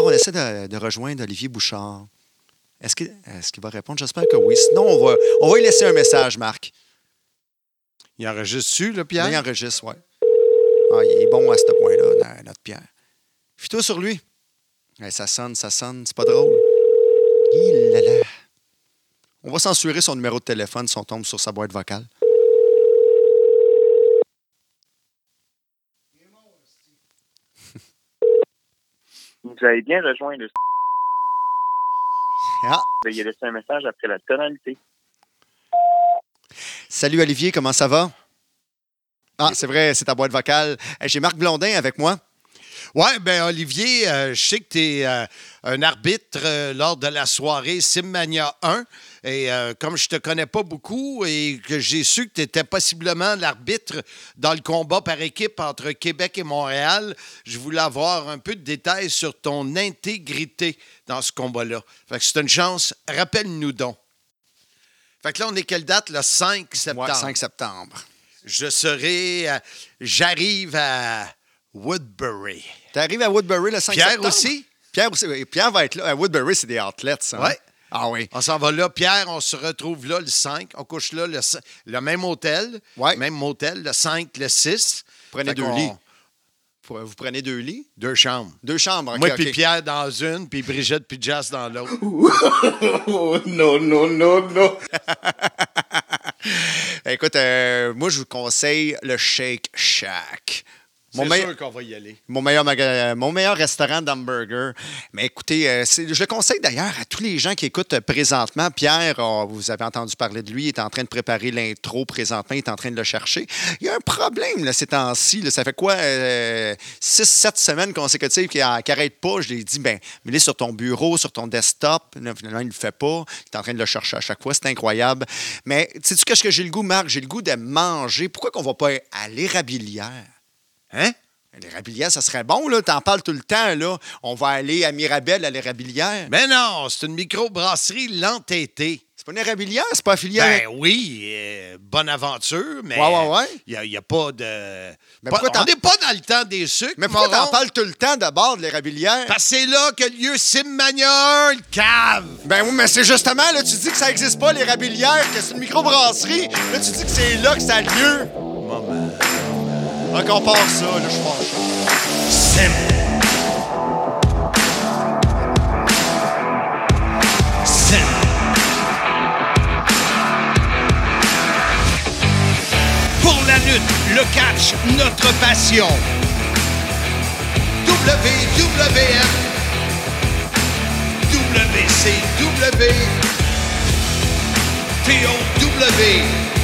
on essaie de rejoindre Olivier Bouchard. Est-ce qu'il va répondre? J'espère que oui. Sinon, on va lui laisser un message, Marc. Il enregistre-tu, là, Pierre? Il enregistre, oui. Ah, il est bon à ce point-là, notre Pierre. Fie-toi sur lui. Ça sonne, c'est pas drôle. Il là là. On va censurer son numéro de téléphone si on tombe sur sa boîte vocale. Vous avez bien rejoint le... Ah. Veuillez laisser un message après la tonalité. Salut Olivier, comment ça va? Ah, c'est vrai, c'est ta boîte vocale. J'ai Marc Blondin avec moi. Oui, bien, Olivier, je sais que tu es un arbitre lors de la soirée Simmania 1. Et comme je te connais pas beaucoup et que j'ai su que tu étais possiblement l'arbitre dans le combat par équipe entre Québec et Montréal, je voulais avoir un peu de détails sur ton intégrité dans ce combat-là. Fait que c'est une chance. Rappelle-nous donc. Fait que là, on est quelle date? Le 5 septembre. Ouais, 5 septembre. J'arrive à Woodbury. Tu arrives à Woodbury le 5 septembre? Pierre aussi? Pierre aussi. Pierre va être là. À Woodbury, c'est des outlets, ça. Oui. Ah oui. On s'en va là. Pierre, on se retrouve là le 5. On couche là le même hôtel. Ouais. Même motel, le 5, le 6. Prenez 2 lits. Vous prenez 2 lits? 2 chambres. 2 chambres, OK. Moi puis Pierre dans une, puis Brigitte puis Jess dans l'autre. Non. Écoute, moi, je vous conseille le Shake Shack. C'est sûr qu'on va y aller. Mon meilleur restaurant d'hamburger. Mais écoutez, je le conseille d'ailleurs à tous les gens qui écoutent présentement. Pierre, vous avez entendu parler de lui, il est en train de préparer l'intro présentement, il est en train de le chercher. Il y a un problème là, ces temps-ci. Là, ça fait quoi? 6-7 semaines consécutives qu'il n'arrête pas. Je lui ai dit, mais il est sur ton bureau, sur ton desktop. Là, finalement, il ne le fait pas. Il est en train de le chercher à chaque fois. C'est incroyable. Mais sais-tu qu'est-ce que j'ai le goût, Marc? J'ai le goût de manger. Pourquoi qu'on ne va pas à l'Érabilière? Hein? L'Érabilière, ça serait bon, là. T'en parles tout le temps, là. On va aller à Mirabel, à l'Érabilière. Mais non, c'est une microbrasserie l'entêté. C'est pas une Érabilière, c'est pas affilié Ben oui, bonne aventure, mais ouais. Il n'y a pas de... Mais on n'est pas dans le temps des sucres, mais pourquoi Moron? t'en parles tout le temps d'abord de l'Érabilière? Parce que c'est là que lieu Simmania, le cave! Ben oui, mais c'est justement, là, tu dis que ça n'existe pas, l'Érabilière, que c'est une microbrasserie. Là, tu dis que c'est là que ça a lieu. Maman. Donc, on part ça, là, je pense. Sim. Pour la lutte, le catch, notre passion. WWF, WCW, TOW,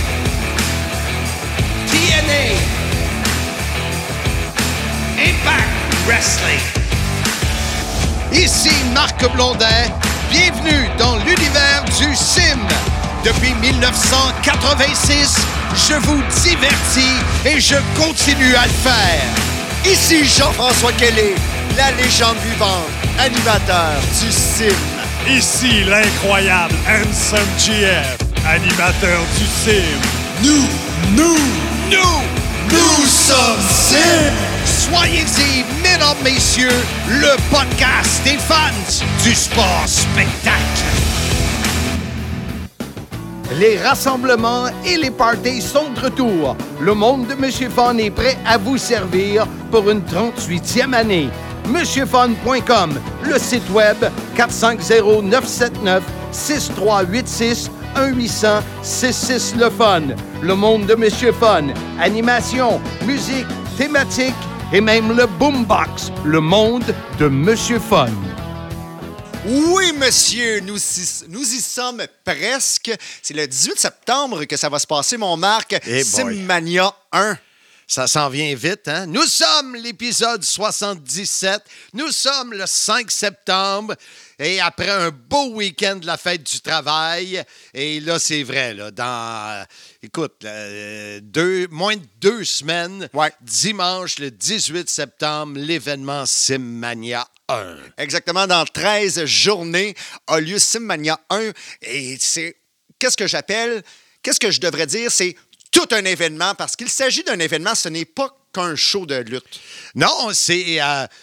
TNA, Impact Wrestling. Ici Marc Blondin, bienvenue dans l'univers du Sim. Depuis 1986, je vous divertis et je continue à le faire. Ici Jean-François Kelly, la légende vivante, animateur du Sim. Ici l'incroyable Handsome GF, animateur du Sim. Nous sommes Sim. Soyez-y, mesdames, messieurs, le podcast des fans du sport spectacle. Les rassemblements et les parties sont de retour. Le monde de Monsieur Fun est prêt à vous servir pour une 38e année. MonsieurFun.com, le site web 450-979-6386, 1-800-66 le Fun. Le monde de Monsieur Fun, animation, musique, thématique et même le boombox. Le monde de Monsieur Fun. Oui, monsieur, nous y sommes presque. C'est le 18 septembre que ça va se passer, mon Marc. Simmania 1. Ça s'en vient vite, hein? Nous sommes l'épisode 77. Nous sommes le 5 septembre. Et après un beau week-end de la fête du travail, et là, c'est vrai, là, dans, moins de 2 semaines, ouais. Dimanche, le 18 septembre, l'événement Simmania 1. Exactement, dans 13 journées a lieu Simmania 1. Et c'est, qu'est-ce que je devrais dire, c'est tout un événement, parce qu'il s'agit d'un événement, ce n'est pas qu'un show de lutte. Non, c'est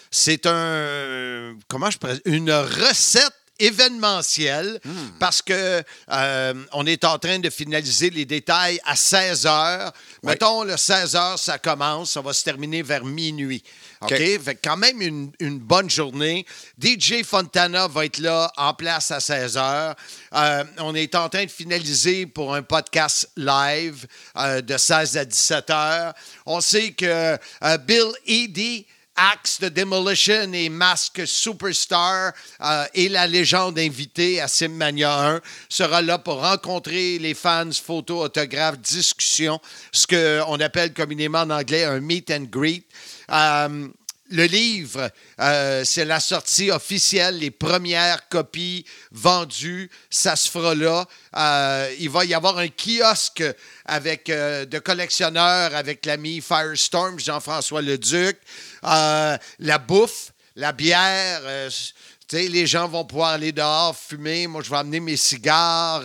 une recette événementielle parce que on est en train de finaliser les détails à 16 heures. Ouais. Mettons, le 16 heures, ça commence, ça va se terminer vers minuit. OK? Fait que quand même une bonne journée. DJ Fontana va être là en place à 16 heures. On est en train de finaliser pour un podcast live de 16 à 17 heures. On sait que Bill Eadie, Axe de Demolition et Mask Superstar et la légende invitée à Simmania 1 sera là pour rencontrer les fans, photos, autographes, discussions, ce qu'on appelle communément en anglais un meet and greet. Le livre, c'est la sortie officielle, les premières copies vendues, ça se fera là. Il va y avoir un kiosque avec de collectionneurs avec l'ami Firestorm, Jean-François Leduc. La bouffe, la bière, les gens vont pouvoir aller dehors fumer. Moi, je vais amener mes cigares.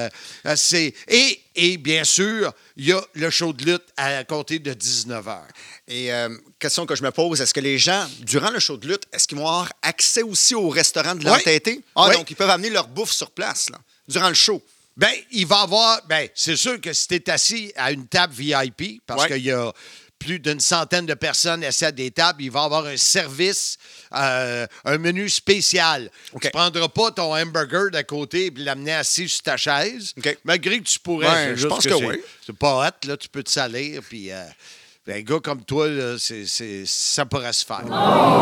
Et bien sûr, il y a le show de lutte à compter de 19h. Et question que je me pose, est-ce que les gens, durant le show de lutte, est-ce qu'ils vont avoir accès aussi au restaurant de l'entêté? Oui. Donc ils peuvent amener leur bouffe sur place, là, durant le show. Bien, il va avoir... Bien, c'est sûr que si tu es assis à une table VIP, parce qu'il y a plus d'une centaine de personnes assises à des tables, il va y avoir un service, un menu spécial. OK. Tu ne prendras pas ton hamburger d'à côté et l'amener assis sur ta chaise, OK. malgré que tu pourrais. Ouais, je pense que oui. C'est pas hot, là, tu peux te salir, puis... un gars comme toi, là, ça pourrait se faire.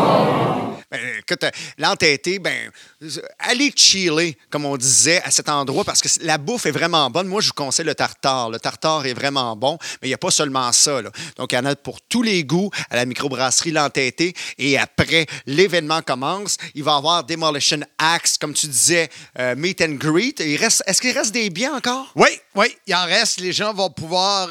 Ben, écoute, l'entêté, allez chiller, comme on disait, à cet endroit, parce que la bouffe est vraiment bonne. Moi, je vous conseille le tartare. Le tartare est vraiment bon, mais il n'y a pas seulement ça, là. Donc, il y en a pour tous les goûts à la microbrasserie L'Entêté. Et après, l'événement commence. Il va y avoir Demolition Axe, comme tu disais, Meet and Greet. Est-ce qu'il reste des biens encore? Oui, il en reste. Les gens vont pouvoir,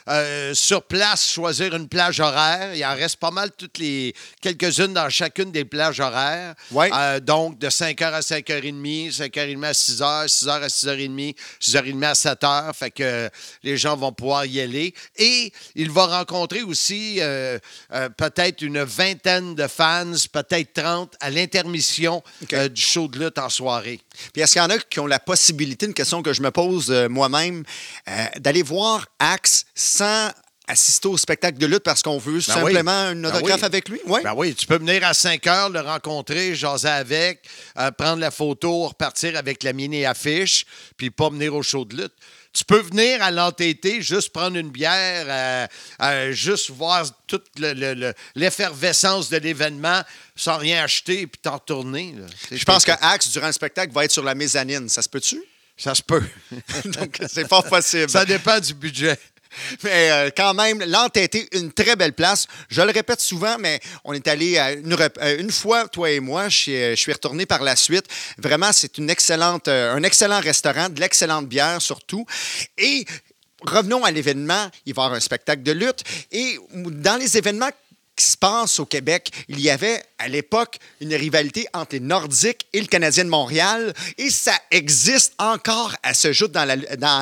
sur place, choisir une plage horaire. Il en reste pas mal, quelques-unes dans chacune des plages horaires. Oui. Donc, de 5h à 5h30, 5h30 à 6h, 6h à 6h30, 6h30 à 7h. Fait que les gens vont pouvoir y aller. Et il va rencontrer aussi peut-être une vingtaine de fans, peut-être 30, à l'intermission du show de lutte en soirée. Puis est-ce qu'il y en a qui ont la possibilité, une question que je me pose moi-même, d'aller voir Axe sans assister au spectacle de lutte parce qu'on veut simplement un autographe avec lui? Oui. Ben oui, tu peux venir à 5 heures, le rencontrer, jaser avec, prendre la photo, repartir avec la mini-affiche, puis pas venir au show de lutte. Tu peux venir à l'entêté, juste prendre une bière, juste voir toute l'effervescence de l'événement sans rien acheter puis t'en retourner. Là. Je pense que Axe, durant le spectacle, va être sur la mezzanine. Ça se peut-tu? Ça se peut. Donc, c'est fort possible. Ça dépend du budget. Mais quand même, l'entêté, une très belle place. Je le répète souvent, mais on est allé une fois, toi et moi. Je suis retourné par la suite. Vraiment, c'est un excellent restaurant, de l'excellente bière surtout. Et revenons à l'événement. Il va y avoir un spectacle de lutte. Et dans les événements qui se passent au Québec, il y avait à l'époque une rivalité entre les Nordiques et le Canadien de Montréal, et ça existe encore à ce jour dans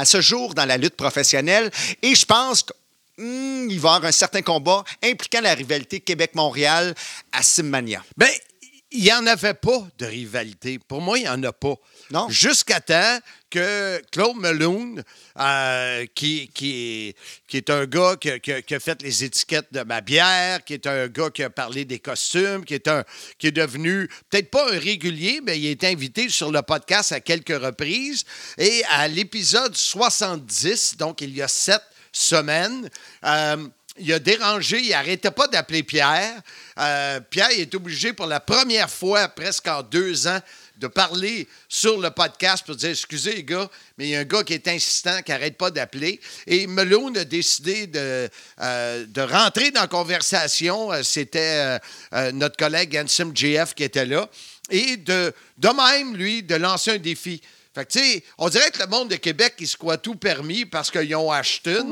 la lutte professionnelle. Et je pense qu'il va y avoir un certain combat impliquant la rivalité Québec-Montréal à Simmania. Bien, il n'y en avait pas de rivalité. Pour moi, il n'y en a pas. Non. Jusqu'à temps que Claude Meloun, qui est un gars qui a fait les étiquettes de ma bière, qui est un gars qui a parlé des costumes, qui est devenu, peut-être pas un régulier, mais il a été invité sur le podcast à quelques reprises. Et à l'épisode 70, donc il y a 7 semaines, il a dérangé, il n'arrêtait pas d'appeler Pierre. Pierre est obligé pour la première fois, presque en 2 ans, de parler sur le podcast pour dire « Excusez les gars, mais il y a un gars qui est insistant, qui n'arrête pas d'appeler. » Et Meloun a décidé de rentrer dans la conversation. C'était notre collègue Ansem GF qui était là. Et de même, lui, de lancer un défi. Fait que, tu sais, on dirait que le monde de Québec, il se croit tout permis parce qu'ils ont Ashton.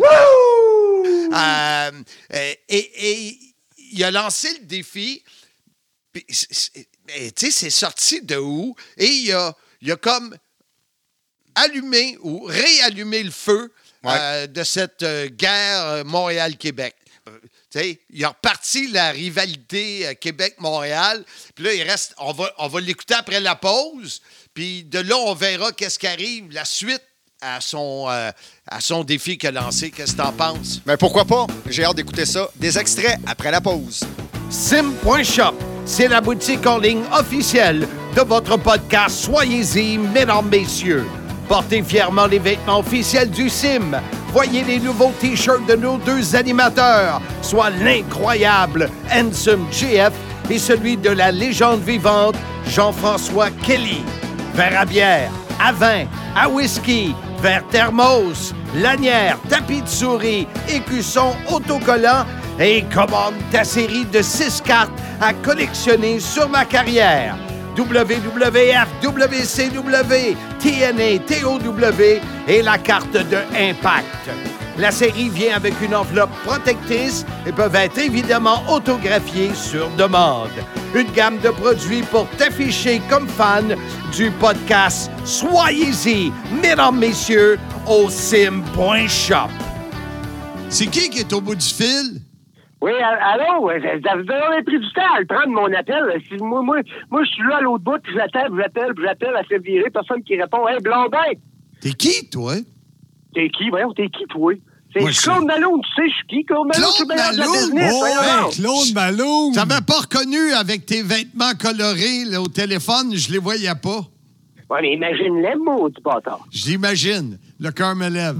Et il a lancé le défi. Tu sais, c'est sorti de où? Et il a comme allumé ou réallumé le feu de cette guerre Montréal-Québec. sais, il a reparti la rivalité Québec-Montréal. Puis là, il reste. On va l'écouter après la pause. Puis de là, on verra qu'est-ce qui arrive, la suite à son défi qu'il a lancé. Qu'est-ce que t'en penses? Mais pourquoi pas? J'ai hâte d'écouter ça. Des extraits après la pause. Sim.shop, c'est la boutique en ligne officielle de votre podcast Soyez-y, mesdames, messieurs. Portez fièrement les vêtements officiels du Sim. Voyez les nouveaux T-shirts de nos 2 animateurs, soit l'incroyable Handsome JF et celui de la légende vivante Jean-François Kelly. Verre à bière, à vin, à whisky, verre thermos, lanière, tapis de souris, écusson autocollant et commande ta série de 6 cartes à collectionner sur ma carrière. WWF, WCW, TNA, TOW et la carte de Impact. La série vient avec une enveloppe protectrice et peuvent être évidemment autographiées sur demande. Une gamme de produits pour t'afficher comme fan du podcast Soyez-y, mesdames, messieurs, au sim.shop. C'est qui est au bout du fil? Oui, allô? Vous avez pris du temps à le prendre, mon appel. Moi, je suis là à l'autre bout, puis j'appelle, elle s'est virée, personne qui répond. Hey, Blondin! T'es qui, toi? T'es qui? Voyons, t'es qui, toi? Moi, C'est Claude Malone, tu sais, je suis qui? Claude Malone, je suis meilleur de la business. Oh, Voyons. Claude Malone! Tu m'avais pas reconnu avec tes vêtements colorés là, au téléphone, je les voyais pas. Ouais, mais imagine-les, maudit bâtard. Je l'imagine. Le cœur me lève.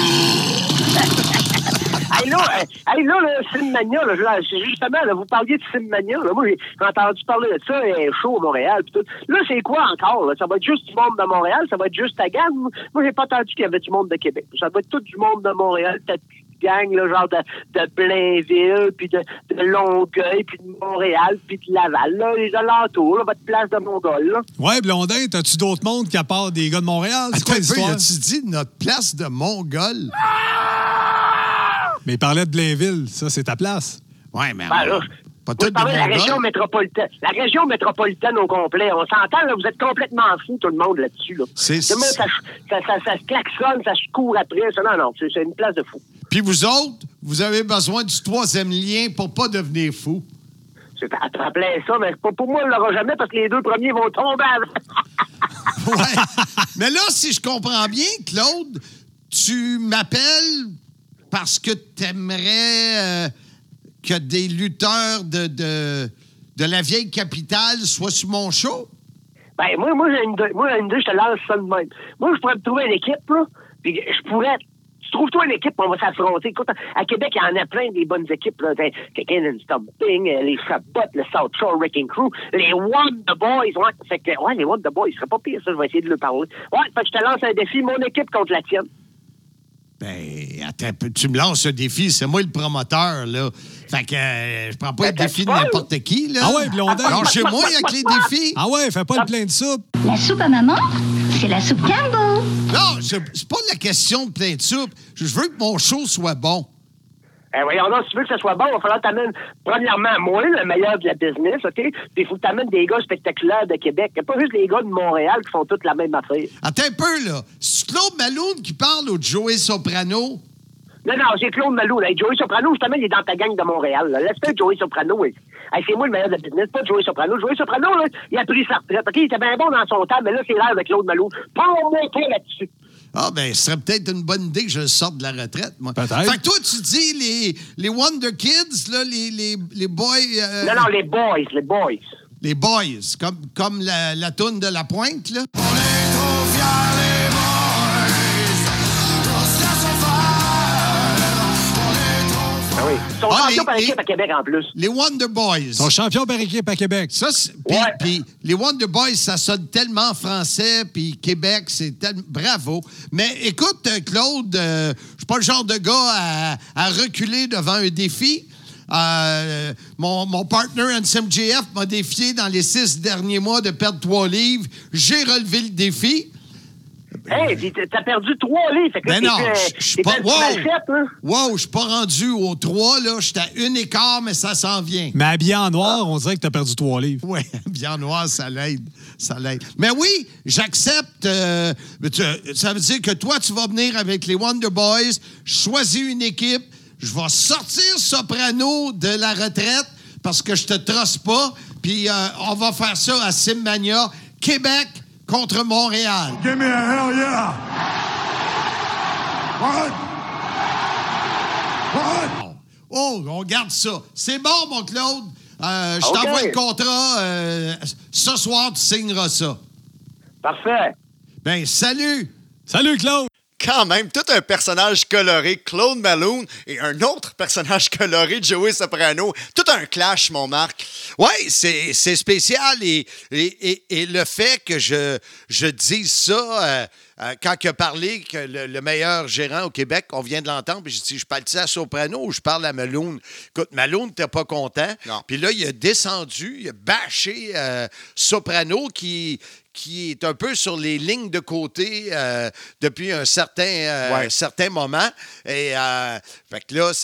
Hey, là, Simmania, là, justement, là, vous parliez de Simmania, là, moi, j'ai entendu parler de ça, un show à Montréal, pis tout. Là, c'est quoi encore, là? Ça va être juste du monde de Montréal? Ça va être juste ta gang? Moi, j'ai pas entendu qu'il y avait du monde de Québec. Ça va être tout du monde de Montréal, ta petite gang, là, genre de Blainville, puis de Longueuil, puis de Montréal, puis de Laval, là, les alentours, là, votre place de Mongol, là. Ouais, Blondin, t'as-tu d'autres mondes qu'à part des gars de Montréal? C'est quoi l'histoire? As-tu dit notre place de Mongol? Mais il parlait de Blainville, ça, c'est ta place. Ouais, mais... Ben, là, pas vous tout parlez de la Mongols. région métropolitaine. La région métropolitaine au complet. On s'entend, là, vous êtes complètement fous, tout le monde, là-dessus. Là. Tout le monde, ça se klaxonne, ça se court après. Ça, non, c'est une place de fou. Puis vous autres, vous avez besoin du 3e lien pour pas devenir fou. C'est à te rappeler ça, mais pour moi, on ne l'aura jamais parce que les 2 premiers vont tomber avant. Ouais. Mais là, si je comprends bien, Claude, tu m'appelles parce que t'aimerais que des lutteurs de la vieille capitale soient sur mon show? Ben, moi, j'ai une idée, je te lance ça de même. Moi, je pourrais me trouver une équipe, là, puis je pourrais... Tu trouves-toi une équipe, on va s'affronter. Écoute, à Québec, il y en a plein des bonnes équipes, là. Cannon Stomping, les Sabots, le South Shore Wrecking Crew, les Wonder Boys. Ouais, fait que, les Wonder Boys, ce serait pas pire, ça, je vais essayer de le parler. Ouais, fait que je te lance un défi, mon équipe contre la tienne. Ben, attends un peu, tu me lances un défi, c'est moi le promoteur, là. Fait que je prends pas le défi de n'importe qui, là. Ah ouais, Blondin. Alors, chez moi, avec les défis. Ah ouais, fais pas le plein de soupe. La soupe à maman, c'est la soupe Campbell. Non, c'est pas la question de plein de soupe. Je veux que mon show soit bon. Voyons donc, si tu veux que ça soit bon, il va falloir que t'amènes, premièrement, moi, le meilleur de la business, OK? Puis il faut que t'amènes des gars spectaculaires de Québec. Il n'y a pas juste les gars de Montréal qui font toutes la même affaire. Attends un peu, là. C'est Claude Malone qui parle au Joey Soprano? Non, c'est Claude Malou. Là. Joey Soprano, justement, il est dans ta gang de Montréal. Là. Laisse faire Joey Soprano. Hey, c'est moi le meilleur de la business, pas Joey Soprano. Joey Soprano, là, il a pris sa retraite. OK, il était bien bon dans son temps, mais là, c'est l'air de Claude Malou. Prends-moi un peu là-dessus. Ah, ben, ce serait peut-être une bonne idée que je sorte de la retraite, moi. Peut-être. Fait que toi, tu dis les Wonder Kids, là, les boys... Non, les boys. Les boys, comme la toune de La Pointe, là. Ah oui. Ils sont champions par équipe à Québec, en plus. Les Wonder Boys. Ils sont champions par équipe à Québec. Ça, Ouais. Puis les Wonder Boys, ça sonne tellement français, puis Québec, c'est tellement... Bravo. Mais écoute, Claude, je suis pas le genre de gars à reculer devant un défi. Mon partner Handsome JF m'a défié dans les 6 derniers mois de perdre 3 livres. J'ai relevé le défi. Hey, t'as perdu 3 livres. Fait que Ben là, non, je suis pas... Wow! Je suis pas rendu au 3, là. J'étais à 1,25, mais ça s'en vient. Mais habillé en noir, on dirait que t'as perdu 3 livres. Oui, bien noir, ça l'aide. Ça l'aide. Mais oui, j'accepte. Ça veut dire que toi, tu vas venir avec les Wonder Boys. Je choisis une équipe. je vais sortir Soprano de la retraite parce que je te trosse pas. Puis on va faire ça à Simmania, Québec contre Montréal. Give me a hell yeah! What? What? Oh, on garde ça. C'est bon, mon Claude. Je t'envoie le contrat. Ce soir, tu signeras ça. Parfait. Ben, salut! Salut, Claude! Quand même, tout un personnage coloré, Claude Malone, et un autre personnage coloré, Joey Soprano. Tout un clash, mon Marc. Oui, c'est spécial. Et le fait que je dise ça, quand il a parlé que le meilleur gérant au Québec, on vient de l'entendre, puis je dis, je parle-tu à Soprano ou je parle à Malone? Écoute, Malone n'était pas content. Puis là, il a descendu, il a bâché Soprano qui est un peu sur les lignes de côté depuis un certain moment. Et fait que là,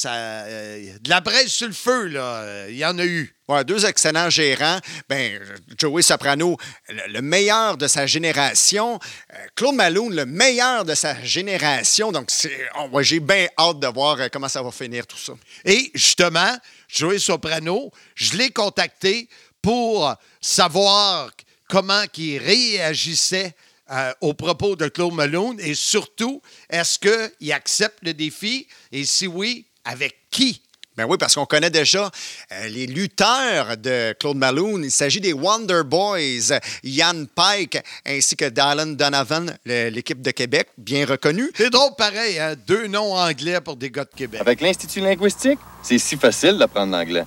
de la braise sur le feu, là, il y en a eu. Ouais, deux excellents gérants. Ben, Joey Soprano, le meilleur de sa génération. Claude Malone, le meilleur de sa génération. Donc, j'ai bien hâte de voir comment ça va finir tout ça. Et justement, Joey Soprano, je l'ai contacté pour savoir comment il réagissait aux propos de Claude Malone et surtout, est-ce qu'il accepte le défi et si oui, avec qui? Ben oui, parce qu'on connaît déjà les lutteurs de Claude Malone. Il s'agit des Wonder Boys, Ian Pike ainsi que Dylan Donovan, l'équipe de Québec, bien reconnue. C'est drôle pareil, hein? 2 noms anglais pour des gars de Québec. Avec l'Institut linguistique, c'est si facile d'apprendre l'anglais.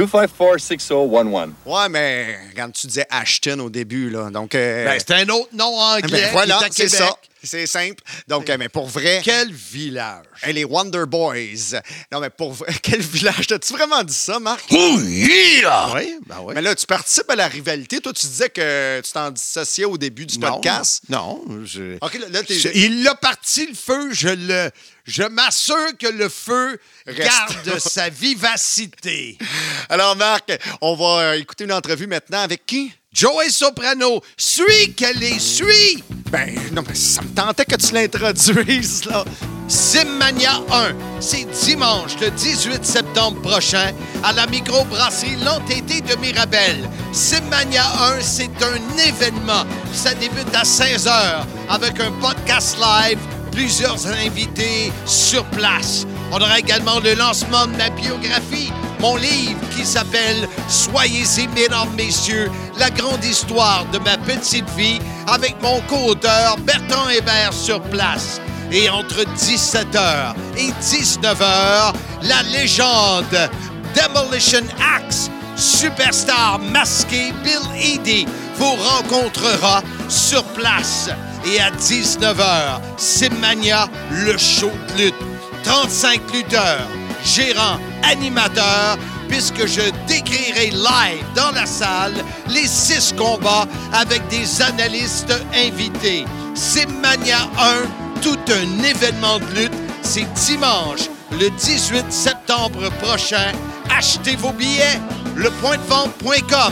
254-6011. Ouais, mais quand tu disais Ashton au début, là, donc... c'est un autre nom anglais. Ben voilà, qui est à c'est Québec. ça. C'est simple. Donc, mais pour vrai... Quel village! Les Wonder Boys. Non, mais pour vrai, quel village? T'as-tu vraiment dit ça, Marc? Oh yeah! Oui, ben oui. Mais là, tu participes à la rivalité. Toi, tu disais que tu t'en dissociais au début du podcast. Non. OK, là, il a parti le feu. Je m'assure que le feu garde sa vivacité. Alors, Marc, on va écouter une entrevue maintenant avec qui? Joey Soprano. Suis qu'elle est, suis! Ben, non, mais ça me tentait que tu l'introduises, là. Simmania 1, c'est dimanche, le 18 septembre prochain, à la microbrasserie L'Entêté de Mirabel. Simmania 1, c'est un événement. Ça débute à 16h avec un podcast live, plusieurs invités sur place. On aura également le lancement de ma biographie, mon livre qui s'appelle « Soyez-y, mesdames, messieurs, la grande histoire de ma petite vie » avec mon co-auteur Bertrand Hébert sur place. Et entre 17h et 19h, la légende Demolition Axe, superstar masqué Bill Eadie, vous rencontrera sur place. Et à 19h, Simmania, le show de lutte. 35 lutteurs, gérants, animateurs, puisque je décrirai live dans la salle les 6 combats avec des analystes invités. Simmania 1, tout un événement de lutte, c'est dimanche, le 18 septembre prochain. Achetez vos billets, lepointdevente.com,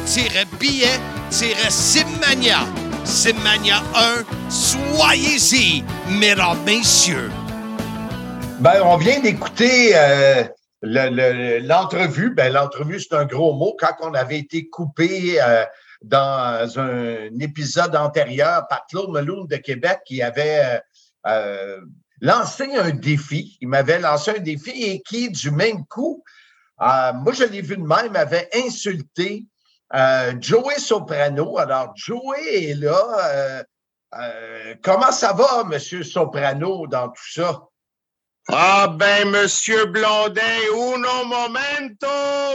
-billets-Simmania. Simmania 1, soyez-y, mesdames, messieurs. Ben, on vient d'écouter l'entrevue. Ben, l'entrevue, c'est un gros mot. Quand on avait été coupé dans un épisode antérieur par Claude Malone de Québec, qui avait lancé un défi. Il m'avait lancé un défi et qui, du même coup, moi, je l'ai vu de même, avait insulté Joey Soprano. Alors, Joey est là. Comment ça va, M. Soprano, dans tout ça? Ah ben, Monsieur Blondin, uno momento,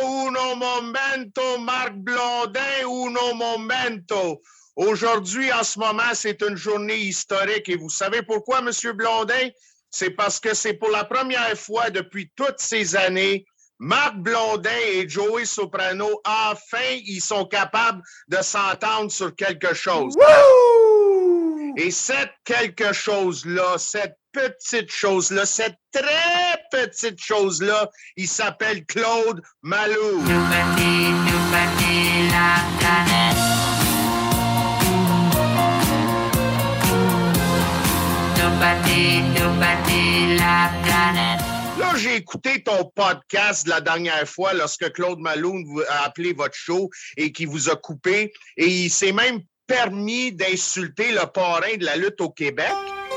Marc Blondin, uno momento. Aujourd'hui, en ce moment, c'est une journée historique. Et vous savez pourquoi, Monsieur Blondin? C'est parce que c'est pour la première fois depuis toutes ces années, Marc Blondin et Joey Soprano, enfin, ils sont capables de s'entendre sur quelque chose. Woo! Et cette quelque chose-là, cette petite chose-là, cette très petite chose-là, il s'appelle Claude Malone. Nobody, la planète. Là, j'ai écouté ton podcast de la dernière fois lorsque Claude Malone vous a appelé votre show et qui vous a coupé. Et il s'est même permis d'insulter le parrain de la lutte au Québec.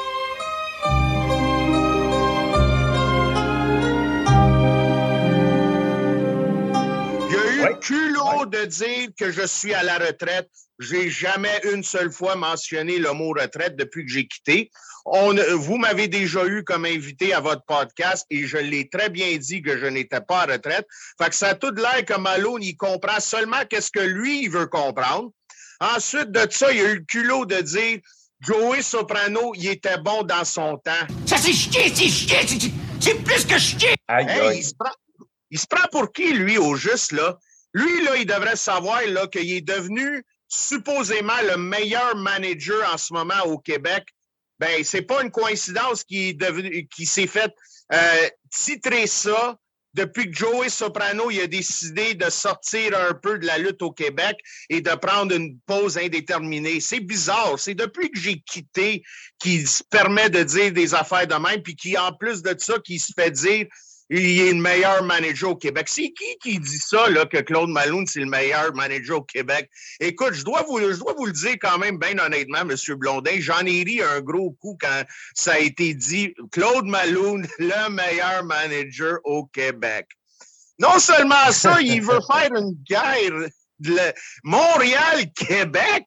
Il a eu le culot de dire que je suis à la retraite. J'ai jamais une seule fois mentionné le mot retraite depuis que j'ai quitté. Vous m'avez déjà eu comme invité à votre podcast et je l'ai très bien dit que je n'étais pas à retraite. Fait que ça a tout l'air que Malone, il comprend seulement qu'est-ce que lui, il veut comprendre. Ensuite de ça, il a eu le culot de dire Joey Soprano, il était bon dans son temps. Ça, c'est chier, c'est plus que chier! Hey, il se prend pour qui, lui, au juste, là? Lui, là, il devrait savoir là, qu'il est devenu supposément le meilleur manager en ce moment au Québec. Ben, c'est pas une coïncidence qu'il s'est fait titrer ça depuis que Joey Soprano il a décidé de sortir un peu de la lutte au Québec et de prendre une pause indéterminée. C'est bizarre. C'est depuis que j'ai quitté qu'il se permet de dire des affaires de même, puis qui, en plus de ça, qui se fait dire il est le meilleur manager au Québec. C'est qui dit ça, là, que Claude Malone, c'est le meilleur manager au Québec? Écoute, je dois vous le dire quand même, bien honnêtement, M. Blondin, j'en ai ri un gros coup quand ça a été dit Claude Malone, le meilleur manager au Québec. Non seulement ça, il veut faire une guerre de Montréal-Québec.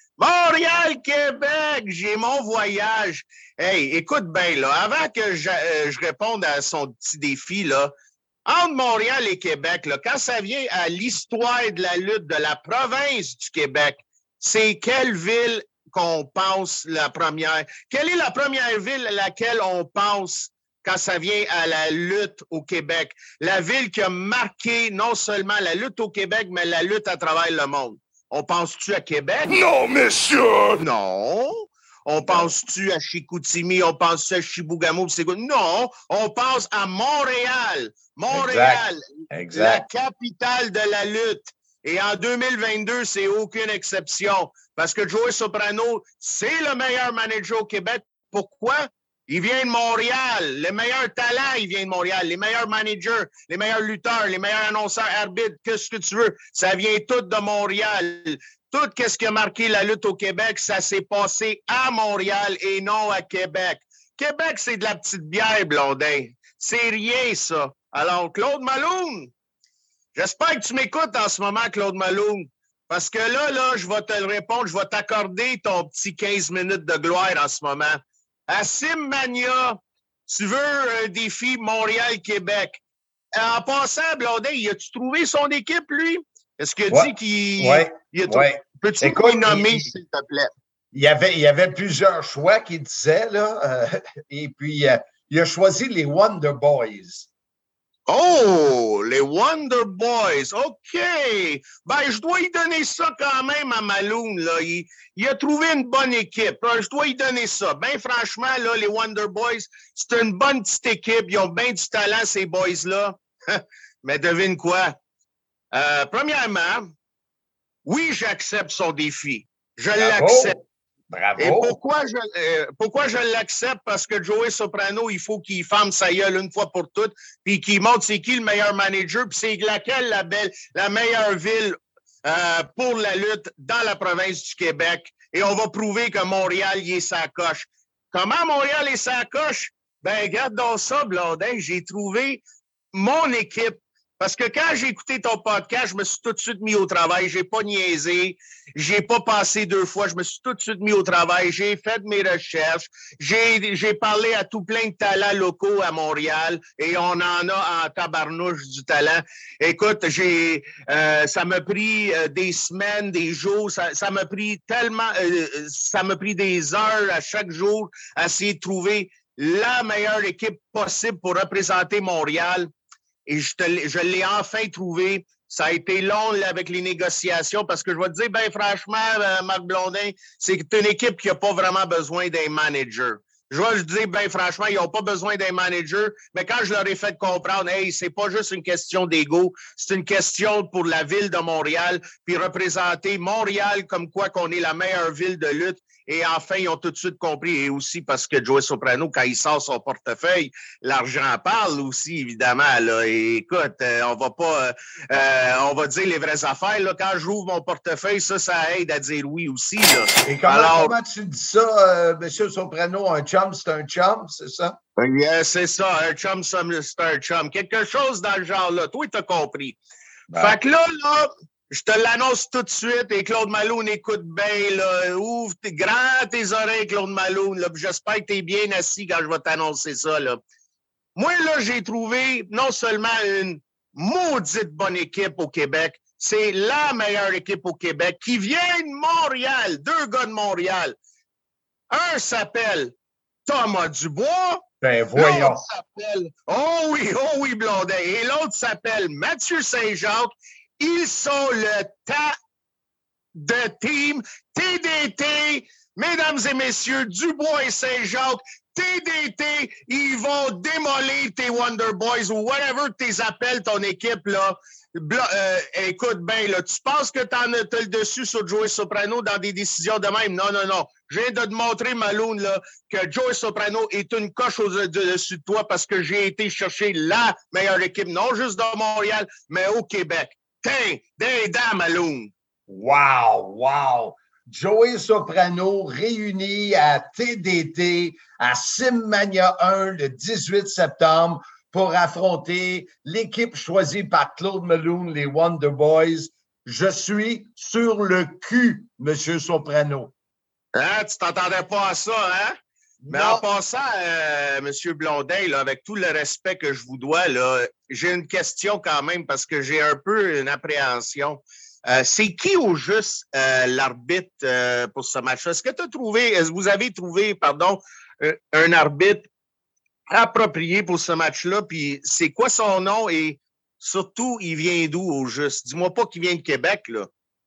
Montréal-Québec, j'ai mon voyage. Hey, écoute bien, là, avant que je réponde à son petit défi, là, entre Montréal et Québec, là, quand ça vient à l'histoire de la lutte de la province du Québec, c'est quelle ville qu'on pense la première? Quelle est la première ville à laquelle on pense quand ça vient à la lutte au Québec? La ville qui a marqué non seulement la lutte au Québec, mais la lutte à travers le monde. On pense-tu à Québec? Non, monsieur! Non. On pense-tu à Chicoutimi? On pense-tu à Chibougamau? Non. On pense à Montréal. Montréal, Exact. La capitale de la lutte. Et en 2022, c'est aucune exception. Parce que Joey Soprano, c'est le meilleur manager au Québec. Pourquoi? Il vient de Montréal. Les meilleurs talents, il vient de Montréal. Les meilleurs managers, les meilleurs lutteurs, les meilleurs annonceurs, arbitres, qu'est-ce que tu veux. Ça vient tout de Montréal. Tout ce qui a marqué la lutte au Québec, ça s'est passé à Montréal et non à Québec. Québec, c'est de la petite bière, Blondin. C'est rien, ça. Alors, Claude Malone, j'espère que tu m'écoutes en ce moment, Claude Malone. Parce que là, je vais te le répondre, je vais t'accorder ton petit 15 minutes de gloire en ce moment. À Simmania, tu veux un défi Montréal-Québec. En passant, Blondin, as-tu trouvé son équipe, lui? Est-ce qu'il a dit qu'il... Oui. Peux-tu nous nommer, s'il te plaît? Il y avait plusieurs choix qu'il disait, là. Et puis, il a choisi les Wonder Boys. Oh, les Wonder Boys. OK. Ben, je dois y donner ça quand même à Malone, là. Il a trouvé une bonne équipe. Je dois y donner ça. Ben, franchement, là, les Wonder Boys, c'est une bonne petite équipe. Ils ont bien du talent, ces boys-là. Mais devine quoi? Premièrement, oui, j'accepte son défi. Je l'accepte. Bravo. Et pourquoi je l'accepte? Parce que Joey Soprano, il faut qu'il ferme sa gueule une fois pour toutes, puis qu'il montre c'est qui le meilleur manager, puis c'est laquelle la meilleure ville pour la lutte dans la province du Québec. Et on va prouver que Montréal, il est sa coche. Comment Montréal est sa coche? Ben, regarde dans ça, Blondin, j'ai trouvé mon équipe. Parce que quand j'ai écouté ton podcast, je me suis tout de suite mis au travail. J'ai pas niaisé. J'ai pas passé 2 fois. Je me suis tout de suite mis au travail. J'ai fait mes recherches. J'ai parlé à tout plein de talents locaux à Montréal et on en a en tabarnouche du talent. Écoute, ça m'a pris des semaines, des jours. Ça m'a pris tellement, ça m'a pris des heures à chaque jour à essayer de trouver la meilleure équipe possible pour représenter Montréal. Et je l'ai enfin trouvé. Ça a été long là, avec les négociations parce que je vais te dire, ben franchement, Marc Blondin, c'est une équipe qui n'a pas vraiment besoin d'un manager. Je vais te dire, ben franchement, ils n'ont pas besoin d'un manager, mais quand je leur ai fait comprendre, hey, c'est pas juste une question d'ego, c'est une question pour la ville de Montréal, puis représenter Montréal comme quoi qu'on est la meilleure ville de lutte Et enfin, ils ont tout de suite compris. Et aussi parce que Joey Soprano, quand il sort son portefeuille, l'argent parle aussi, évidemment. Là. Et écoute, on va pas... on va dire les vraies affaires. Là. Quand j'ouvre mon portefeuille, ça aide à dire oui aussi. Là. Et comment tu dis ça, M. Soprano? Un chum, c'est un chum, c'est ça? C'est ça. Un chum, c'est un chum. Quelque chose dans le genre, là. Toi, t'as compris. Ben. Fait que là, je te l'annonce tout de suite et Claude Malone écoute bien, là. Ouvre tes oreilles, Claude Malone, là. J'espère que t'es bien assis quand je vais t'annoncer ça, là. Moi, là, j'ai trouvé non seulement une maudite bonne équipe au Québec, c'est la meilleure équipe au Québec qui vient de Montréal. 2 gars de Montréal. Un s'appelle Thomas Dubois. Ben, voyons. L'autre s'appelle... Oh oui, Blondin. Et l'autre s'appelle Mathieu Saint-Jacques. Ils sont le de team TDT. Mesdames et messieurs, Dubois et Saint-Jacques, TDT, ils vont démolir tes Wonder Boys ou whatever tu appelles ton équipe, là. Écoute bien, là, tu penses que t'as le dessus sur Joey Soprano dans des décisions de même? Non. Je viens de te montrer, Malone, là, que Joey Soprano est une coche au-dessus de toi parce que j'ai été chercher la meilleure équipe, non juste de Montréal, mais au Québec. Tiens, des dents, Malone. Wow! Joey Soprano réuni à TDT à Simmania 1 le 18 septembre pour affronter l'équipe choisie par Claude Malone, les Wonder Boys. Je suis sur le cul, M. Soprano. Hein, tu t'entendais pas à ça, hein? Mais en passant, M. Blondin, là, avec tout le respect que je vous dois, là, j'ai une question quand même parce que j'ai un peu une appréhension. C'est qui au juste l'arbitre pour ce match-là? Est-ce que vous avez trouvé, un arbitre approprié pour ce match-là? Puis c'est quoi son nom et surtout, il vient d'où au juste? Dis-moi pas qu'il vient de Québec, là.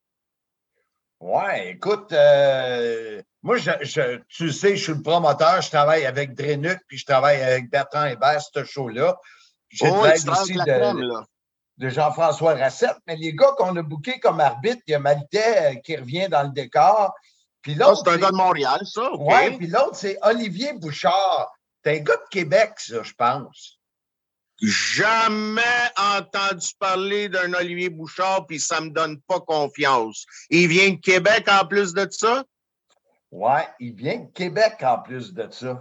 Ouais, écoute, moi, tu sais, je suis le promoteur, je travaille avec Drenuc, puis je travaille avec Bertrand Hébert, ce show-là. J'ai de l'aide ici de Jean-François Racette, mais les gars qu'on a bookés comme arbitre, il y a Maltais qui revient dans le décor. Puis l'autre, c'est un gars de Montréal, ça, OK. Oui, puis l'autre, c'est Olivier Bouchard. C'est un gars de Québec, ça, je pense. Jamais entendu parler d'un Olivier Bouchard, puis ça me donne pas confiance. Il vient de Québec en plus de ça? Ouais, il vient de Québec en plus de ça.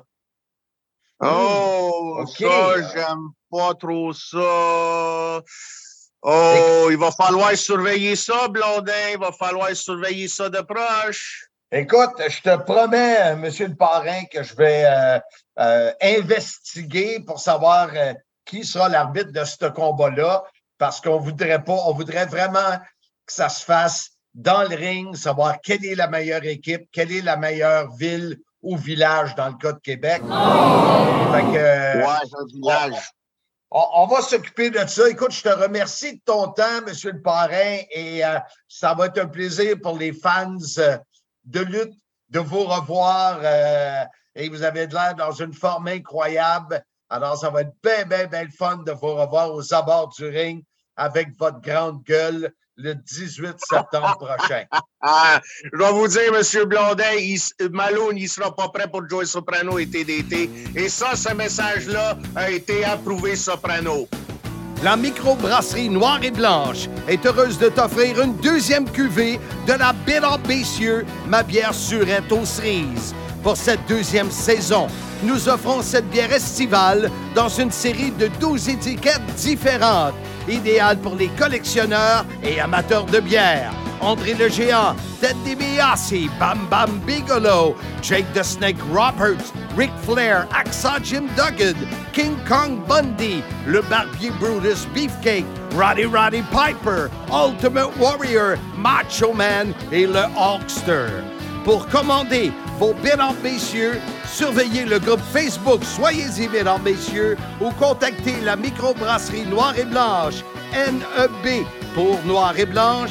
Oh, okay. Ça, j'aime pas trop ça. Oh, il va falloir surveiller ça, Blondin. Il va falloir surveiller ça de proche. Écoute, je te promets, Monsieur le parrain, que je vais investiguer pour savoir qui sera l'arbitre de ce combat-là, parce qu'on voudrait vraiment que ça se fasse dans le ring, savoir quelle est la meilleure équipe, quelle est la meilleure ville ou village dans le cas de Québec. Fait que, un village. On va s'occuper de ça. Écoute, je te remercie de ton temps, Monsieur le parrain, et ça va être un plaisir pour les fans de lutte de vous revoir. Et vous avez l'air dans une forme incroyable. Alors, ça va être bien le fun de vous revoir aux abords du ring avec votre grande gueule le 18 septembre prochain. Je vais vous dire, M. Blondin, Malone, il ne sera pas prêt pour Joey Soprano et TDT. Et ça, ce message-là a été approuvé Soprano. La microbrasserie Noire et Blanche est heureuse de t'offrir une deuxième cuvée de la Bitter Bessieux, ma bière surette aux cerises. Pour cette deuxième saison, nous offrons cette bière estivale dans une série de 12 étiquettes différentes, idéale pour les collectionneurs et amateurs de bière. André le Géant, Ted DiBiase, Bam Bam Bigelow, Jake the Snake Roberts, Ric Flair, Hacksaw Jim Duggan, King Kong Bundy, le Barbier Brutus Beefcake, Roddy Piper, Ultimate Warrior, Macho Man et le Hulkster. Pour commander vos bières messieurs, surveillez le groupe Facebook Soyez-y bières messieurs ou contactez la microbrasserie Noire et Blanche, NEB pour Noire et Blanche,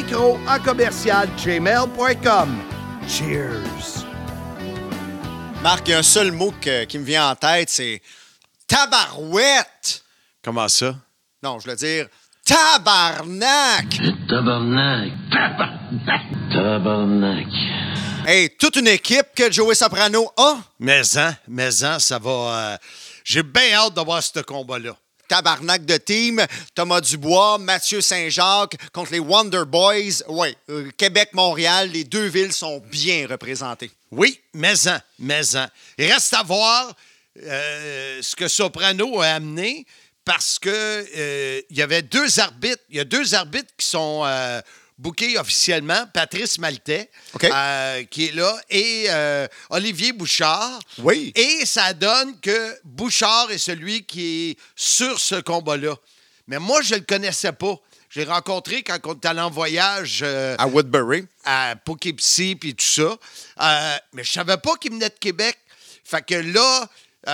micro@commercial@gmail.com. Cheers! Marc, il y a un seul mot qui me vient en tête, c'est tabarouette. Comment ça? Non, je veux dire tabarnak. Tabarnak. Tabarnak. Tabarnak. Hey, toute une équipe que Joey Soprano a. Mais ça va... j'ai bien hâte de voir ce combat-là. Tabarnak de team, Thomas Dubois, Mathieu Saint-Jacques contre les Wonder Boys. Oui, Québec-Montréal, les deux villes sont bien représentées. Oui, mais il reste à voir ce que Soprano a amené parce que il y avait deux arbitres. Il y a deux arbitres qui sont bookés officiellement. Patrice Maltais, qui est là, et Olivier Bouchard. Oui. Et ça donne que Bouchard est celui qui est sur ce combat-là. Mais moi, je ne le connaissais pas. Je l'ai rencontré quand on était allé en voyage à Woodbury, à Poughkeepsie puis tout ça. Mais je savais pas qu'il venait de Québec. Fait que là,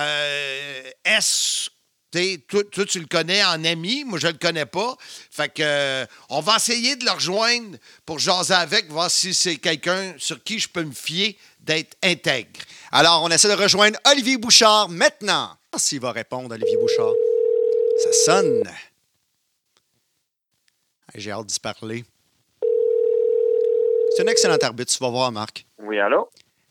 toi, tu le connais en ami. Moi, je le connais pas. Fait que on va essayer de le rejoindre pour jaser avec, voir si c'est quelqu'un sur qui je peux me fier d'être intègre. Alors, on essaie de rejoindre Olivier Bouchard maintenant. S'il va répondre, Olivier Bouchard. Ça sonne. J'ai hâte d'y parler. C'est un excellent arbitre, tu vas voir, Marc. Oui, allô?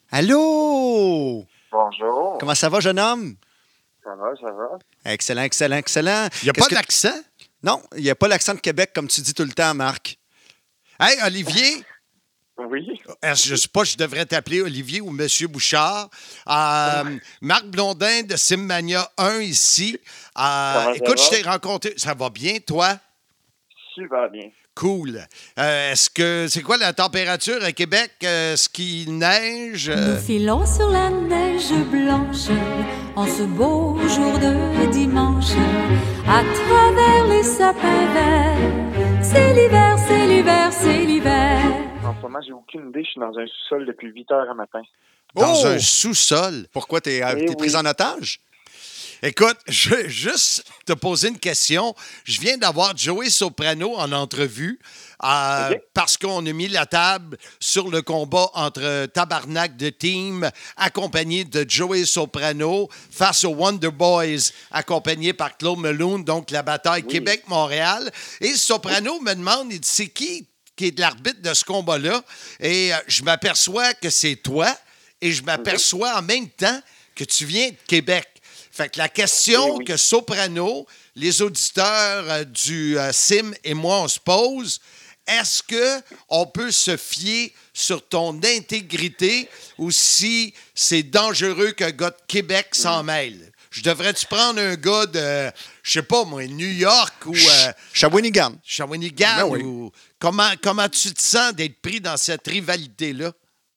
Allô? Bonjour. Comment ça va, jeune homme? Ça va. Excellent. Il n'y a pas d'accent? Non, il n'y a pas l'accent de Québec, comme tu dis tout le temps, Marc. Hey, Olivier? Oui? Je ne sais pas si je devrais t'appeler Olivier ou Monsieur Bouchard. Marc Blondin de Simmania 1 ici. Écoute, je t'ai rencontré. Ça va bien, toi? Super bien. Cool. C'est quoi la température à Québec? Est-ce qu'il neige? Nous filons sur la neige blanche en ce beau jour de dimanche à travers les sapins verts. C'est l'hiver, c'est l'hiver, c'est l'hiver. En ce moment, j'ai aucune idée. Je suis dans un sous-sol depuis 8 heures à matin. Dans un sous-sol? Pourquoi t'es pris en otage? Écoute, je vais juste te poser une question. Je viens d'avoir Joey Soprano en entrevue parce qu'on a mis la table sur le combat entre Tabarnak de Team, accompagné de Joey Soprano, face aux Wonder Boys, accompagné par Claude Meloun, donc la bataille Québec-Montréal. Et Soprano me demande, il dit, c'est qui est de l'arbitre de ce combat-là? Et je m'aperçois que c'est toi, et je m'aperçois en même temps que tu viens de Québec. Fait que la question que Soprano, les auditeurs du Sim et moi, on se pose, est-ce qu'on peut se fier sur ton intégrité ou si c'est dangereux qu'un gars de Québec s'en mêle? Je devrais-tu prendre un gars de, je sais pas moi, New York ou... Shawinigan. Ben oui. Ou... Comment tu te sens d'être pris dans cette rivalité-là?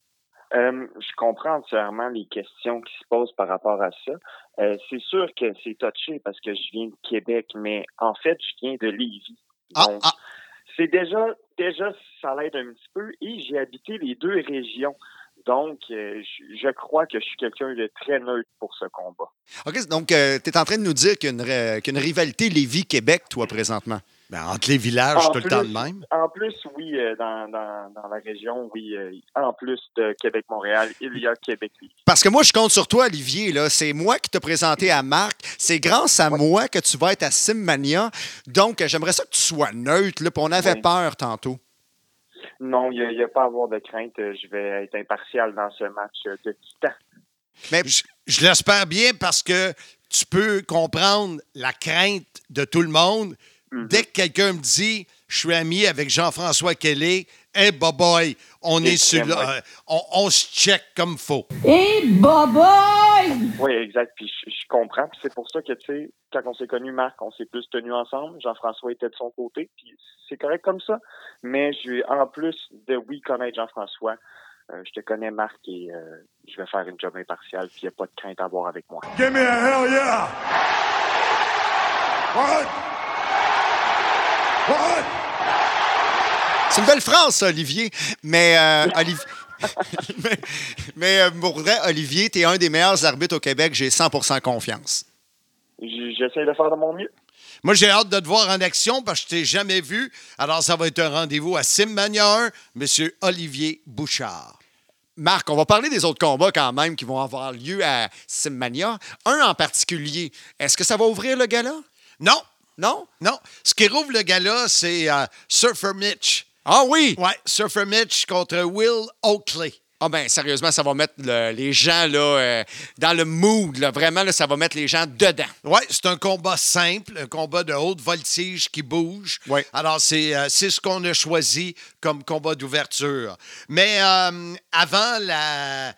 Je comprends entièrement les questions qui se posent par rapport à ça. C'est sûr que c'est touché parce que je viens de Québec, mais en fait, je viens de Lévis. Donc, c'est déjà, ça l'aide un petit peu. Et j'ai habité les deux régions. Donc, je crois que je suis quelqu'un de très neutre pour ce combat. OK, donc tu es en train de nous dire qu'il y a une rivalité Lévis-Québec, toi, présentement. Ben, entre les villages, tout le temps de même. En plus, oui, dans la région, oui. En plus de Québec-Montréal, il y a Québec-Lévis. Parce que moi, je compte sur toi, Olivier. Là. C'est moi qui t'ai présenté à Marc. C'est grâce à moi que tu vas être à Simmania. Donc, j'aimerais ça que tu sois neutre. Là, puis on avait peur tantôt. Non, il n'y a pas à avoir de crainte. Je vais être impartial dans ce match de titan. Mais je l'espère bien parce que tu peux comprendre la crainte de tout le monde. Dès que quelqu'un me dit « Je suis ami avec Jean-François Kelly », « Hey, boy, on est sur là, on se check comme il faut. » Hey, boy! Oui, exact. Puis je comprends. Puis c'est pour ça que, tu sais, quand on s'est connus, Marc, on s'est plus tenus ensemble. Jean-François était de son côté. Puis c'est correct comme ça. Mais en plus de, connaître Jean-François, je te connais, Marc, et je vais faire une job impartiale. Puis il n'y a pas de crainte à avoir avec moi. Give me a hell yeah! What? C'est une belle phrase, ça, Olivier. Mais, pour vrai, Olivier, tu es un des meilleurs arbitres au Québec. J'ai 100% confiance. J'essaie de faire de mon mieux. Moi, j'ai hâte de te voir en action parce que je t'ai jamais vu. Alors, ça va être un rendez-vous à Simmania 1, M. Olivier Bouchard. Marc, on va parler des autres combats quand même qui vont avoir lieu à Simmania. Un en particulier. Est-ce que ça va ouvrir le gala? Non. Non? Non. Ce qui rouvre le gala, c'est Surfer Mitch. Ah oui? Oui, Surfer Mitch contre Will Oakley. Ah ben sérieusement, ça va mettre les gens là, dans le mood. Là. Vraiment, là, ça va mettre les gens dedans. Oui, c'est un combat simple, un combat de haute voltige qui bouge. Ouais. Alors, c'est ce qu'on a choisi comme combat d'ouverture. Mais avant la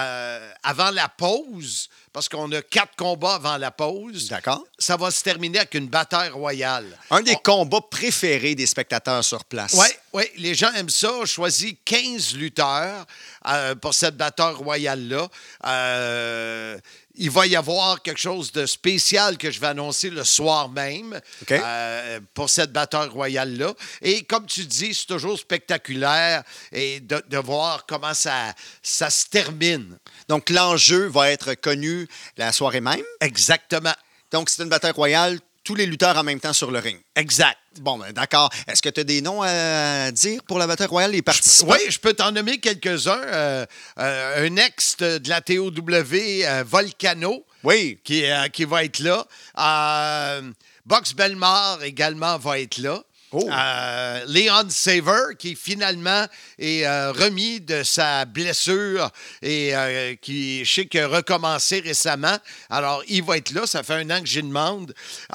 pause, parce qu'on a 4 combats avant la pause. D'accord. Ça va se terminer avec une bataille royale. Un des combats préférés des spectateurs sur place. Oui, les gens aiment ça. On choisit 15 lutteurs pour cette bataille royale-là. Il va y avoir quelque chose de spécial que je vais annoncer le soir même pour cette bataille royale-là. Et comme tu dis, c'est toujours spectaculaire et de voir comment ça se termine. Donc, l'enjeu va être connu la soirée même. Exactement. Donc, c'est une bataille royale, tous les lutteurs en même temps sur le ring. Exact. Bon, ben, d'accord. Est-ce que tu as des noms à dire pour la bataille royale, les participants? Oui, je peux t'en nommer quelques-uns. Un ex de la TOW, Volcano, qui va être là. Box Belmar également va être là. Leon Saver, qui finalement est remis de sa blessure et qui, je sais qu'il a recommencé récemment. Alors, il va être là. Ça fait 1 an que j'y demande.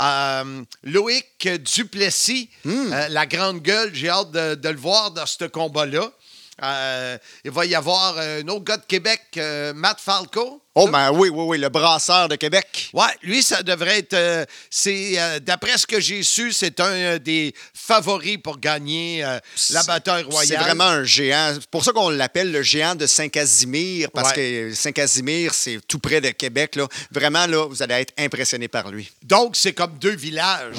Loïc Duplessis, la grande gueule, j'ai hâte de le voir dans ce combat-là. Il va y avoir un autre gars de Québec, Matt Falco. Oh, ben oui, le brasseur de Québec. Oui, lui, ça devrait être... d'après ce que j'ai su, c'est un des favoris pour gagner la bataille royale. C'est vraiment un géant. C'est pour ça qu'on l'appelle le géant de Saint-Casimir, parce que Saint-Casimir, c'est tout près de Québec. Là. Vraiment, là, vous allez être impressionné par lui. Donc, c'est comme 2 villages.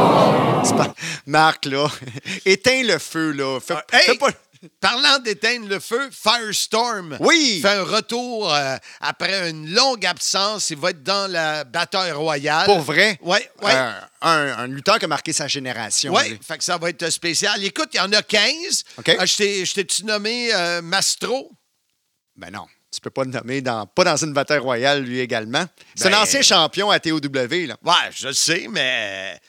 Marc, là, éteins le feu, là. Fais pas... Parlant d'éteindre le feu, Firestorm fait un retour après une longue absence. Il va être dans la bataille royale. Pour vrai? Oui. Un lutteur qui a marqué sa génération. Oui, fait que ça va être spécial. Écoute, il y en a 15. Je t'ai-tu nommé Mastro? Ben non. Tu peux pas le nommer pas dans une bataille royale, lui également. C'est un ancien champion à TOW. Là. Oui, je le sais, mais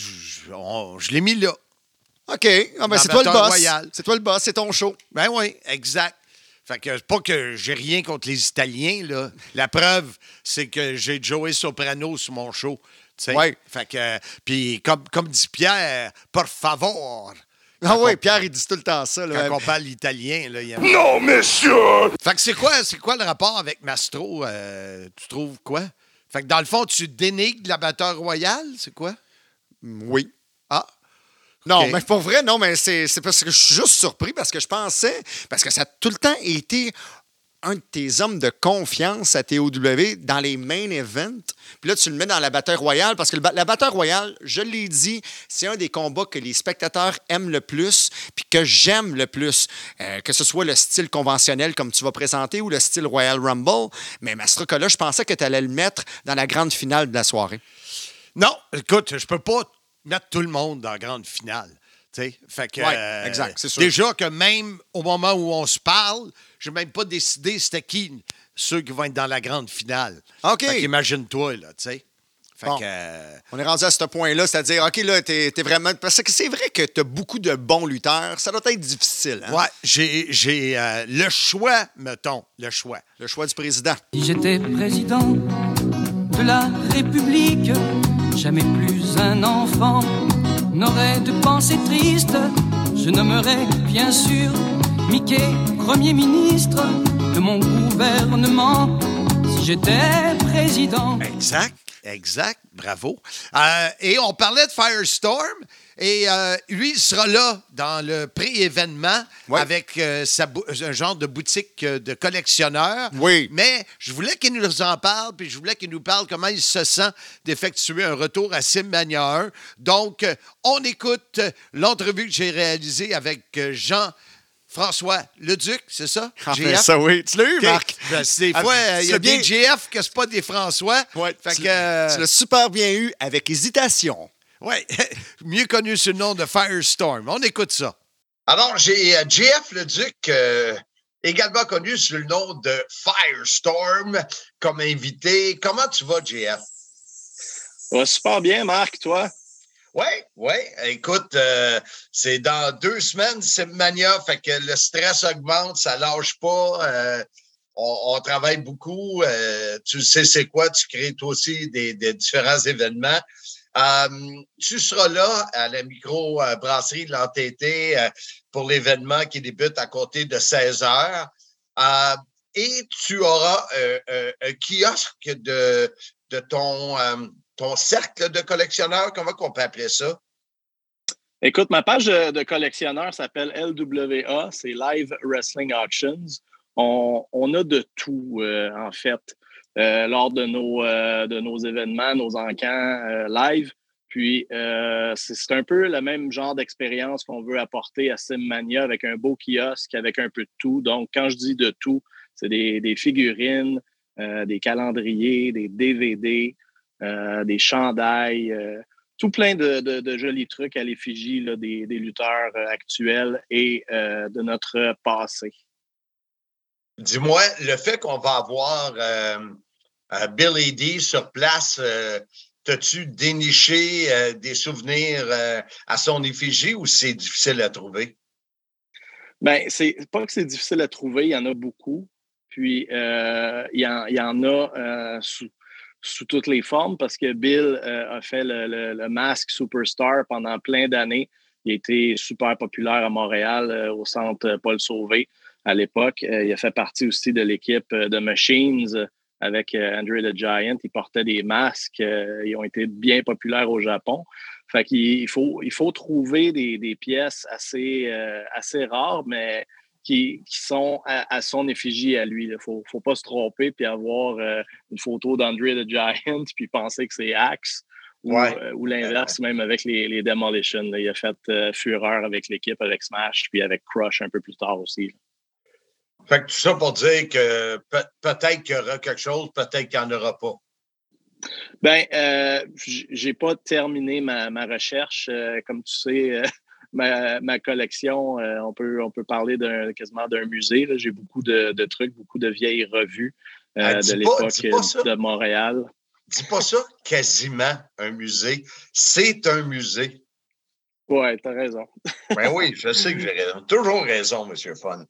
je l'ai mis là. OK. Ah ben c'est toi le boss. Royale. C'est toi le boss, c'est ton show. Ben oui, exact. Fait que pas que j'ai rien contre les Italiens, là. La preuve, c'est que j'ai Joey Soprano sur mon show. Oui. Fait que, puis comme dit Pierre, por favor. Ah oui, Pierre, il dit tout le temps ça. Là. Quand on parle italien, là, il aime... Non, monsieur! Fait que c'est quoi le rapport avec Mastro? Tu trouves quoi? Fait que dans le fond, tu dénigres la bataille royale, c'est quoi? Oui. Ah. Non, mais pour vrai, non, mais c'est parce que je suis juste surpris parce que je pensais, parce que ça a tout le temps été un de tes hommes de confiance à TOW dans les main events. Puis là, tu le mets dans la bataille royale parce que la bataille royale, je l'ai dit, c'est un des combats que les spectateurs aiment le plus puis que j'aime le plus. Que ce soit le style conventionnel comme tu vas présenter ou le style Royal Rumble. Mais Mastrocola, je pensais que tu allais le mettre dans la grande finale de la soirée. Non, écoute, je peux pas mettre tout le monde dans la grande finale. Fait que, exact, c'est sûr. Déjà que même au moment où on se parle, je n'ai même pas décidé c'était qui ceux qui vont être dans la grande finale. OK. Fait qu'imagine-toi, là, tu sais. Bon, on est rendu à ce point-là, c'est-à-dire, OK, là, t'es vraiment... Parce que c'est vrai que tu as beaucoup de bons lutteurs. Ça doit être difficile. Hein? Ouais, j'ai le choix, mettons, le choix. Le choix du président. Si j'étais président de la République, jamais plus un enfant n'aurait de pensée triste. Je nommerais bien sûr Mickey Premier ministre de mon gouvernement si j'étais président. Exact, bravo. Et on parlait de Firestorm et lui, il sera là dans le pré-événement avec un genre de boutique de collectionneur. Oui. Mais je voulais qu'il nous en parle, puis je voulais qu'il nous parle comment il se sent d'effectuer un retour à Simmania 1. Donc, on écoute l'entrevue que j'ai réalisée avec Jean-François Leduc, c'est ça? GF? Ça, oui. Tu l'as eu, Marc? Ben, des fois, il y a des GF que c'est pas des François. Ouais, tu l'as super bien eu avec hésitation. Oui, mieux connu sous le nom de Firestorm. On écoute ça. Alors, j'ai JF Leduc, également connu sous le nom de Firestorm, comme invité. Comment tu vas, JF? Super bien, Marc, toi? Oui. Écoute, c'est dans 2 semaines, Simmania, fait que le stress augmente, ça lâche pas. On travaille beaucoup. Tu sais c'est quoi, tu crées toi aussi des différents événements. Tu seras là à la micro-brasserie de l'Entêté pour l'événement qui débute à compter de 16 heures. Et tu auras un kiosque de ton cercle de collectionneurs. Comment on peut appeler ça? Écoute, ma page de collectionneur s'appelle LWA, c'est Live Wrestling Auctions. On a de tout, en fait, lors de nos événements, nos encans live. Puis, c'est un peu le même genre d'expérience qu'on veut apporter à Simmania avec un beau kiosque, avec un peu de tout. Donc, quand je dis de tout, c'est des figurines, des calendriers, des DVD, des chandails, tout plein de jolis trucs à l'effigie là, des lutteurs actuels et de notre passé. Dis-moi, le fait qu'on va avoir Bill Eadie sur place, t'as-tu déniché des souvenirs à son effigie ou c'est difficile à trouver? Bien, c'est pas que c'est difficile à trouver, il y en a beaucoup. Puis, il y en a sous toutes les formes parce que Bill a fait le Mask Superstar pendant plein d'années. Il a été super populaire à Montréal, au centre Paul Sauvé à l'époque. Il a fait partie aussi de l'équipe de Machines avec Andre the Giant. Il portait des masques. Ils ont été bien populaires au Japon. Fait qu'il faut trouver des pièces assez rares, mais qui sont à son effigie à lui. Il ne faut pas se tromper puis avoir une photo d'Andre the Giant puis penser que c'est Axe ou l'inverse, même avec les Demolition. Là. Il a fait fureur avec l'équipe, avec Smash puis avec Crush un peu plus tard aussi. Là. Fait que tout ça pour dire que peut-être qu'il y aura quelque chose, peut-être qu'il n'y en aura pas. Ben, j'ai pas terminé ma recherche. Comme tu sais, ma collection, on peut parler quasiment d'un musée. Là. J'ai beaucoup de trucs, beaucoup de vieilles revues de l'époque de Montréal. Dis pas ça, quasiment un musée. C'est un musée. Ouais, t'as raison. Ben oui, je sais que j'ai raison. Toujours raison, M. Fun.